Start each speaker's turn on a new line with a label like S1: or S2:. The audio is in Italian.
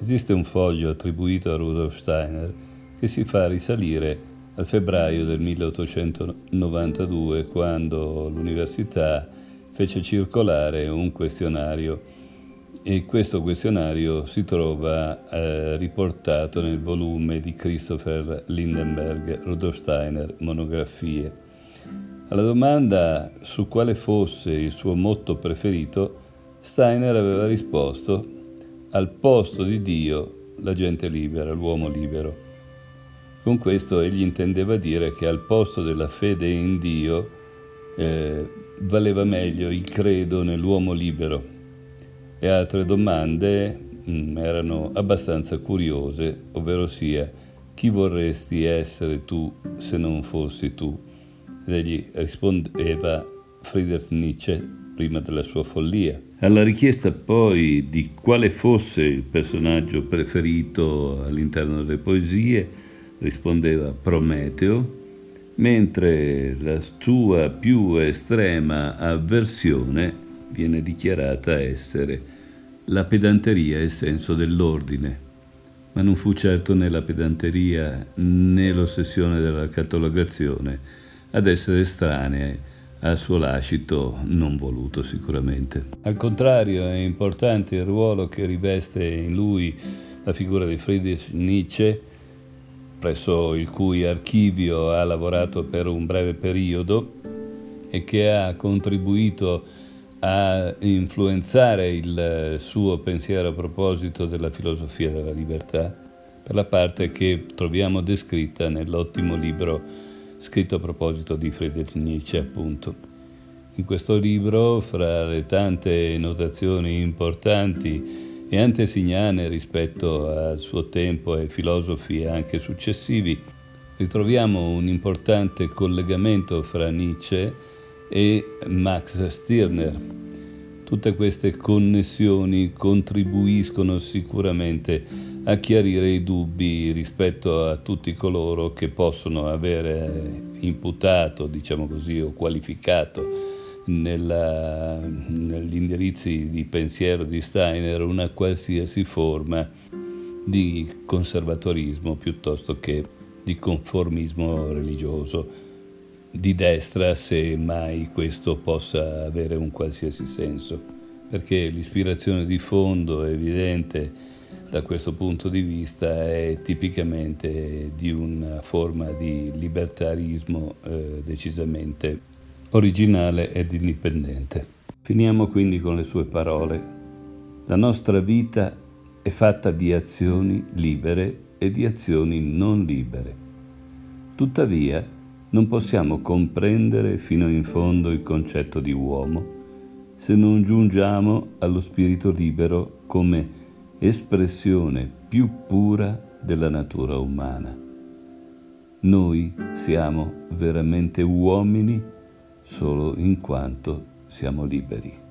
S1: Esiste un foglio attribuito a Rudolf Steiner che si fa risalire al febbraio del 1892, quando l'università fece circolare un questionario, e questo questionario si trova riportato nel volume di Christopher Lindenberg, Rudolf Steiner, Monografie. Alla domanda su quale fosse il suo motto preferito, Steiner aveva risposto: al posto di Dio, la gente libera, l'uomo libero. Con questo egli intendeva dire che al posto della fede in Dio valeva meglio il credo nell'uomo libero. Le altre domande erano abbastanza curiose, ovvero sia: chi vorresti essere tu se non fossi tu? Ed egli rispondeva Friedrich Nietzsche prima della sua follia. Alla richiesta poi di quale fosse il personaggio preferito all'interno delle poesie, rispondeva Prometeo, mentre la sua più estrema avversione viene dichiarata essere la pedanteria e il senso dell'ordine. Ma non fu certo né la pedanteria né l'ossessione della catalogazione ad essere estranee al suo lascito non voluto sicuramente. Al contrario, è importante il ruolo che riveste in lui la figura di Friedrich Nietzsche, presso il cui archivio ha lavorato per un breve periodo e che ha contribuito a influenzare il suo pensiero a proposito della filosofia della libertà, per la parte che troviamo descritta nell'ottimo libro scritto a proposito di Friedrich Nietzsche, appunto. In questo libro, fra le tante notazioni importanti e antesignane rispetto al suo tempo e filosofi anche successivi, ritroviamo un importante collegamento fra Nietzsche e Max Stirner. Tutte queste connessioni contribuiscono sicuramente a chiarire i dubbi rispetto a tutti coloro che possono avere imputato, diciamo così, o qualificato negli indirizzi di pensiero di Steiner una qualsiasi forma di conservatorismo piuttosto che di conformismo religioso di destra, se mai questo possa avere un qualsiasi senso, perché l'ispirazione di fondo evidente da questo punto di vista è tipicamente di una forma di libertarismo decisamente originale ed indipendente. Finiamo quindi con le sue parole: la nostra vita è fatta di azioni libere e di azioni non libere. Tuttavia, non possiamo comprendere fino in fondo il concetto di uomo se non giungiamo allo spirito libero come espressione più pura della natura umana. Noi siamo veramente uomini solo in quanto siamo liberi.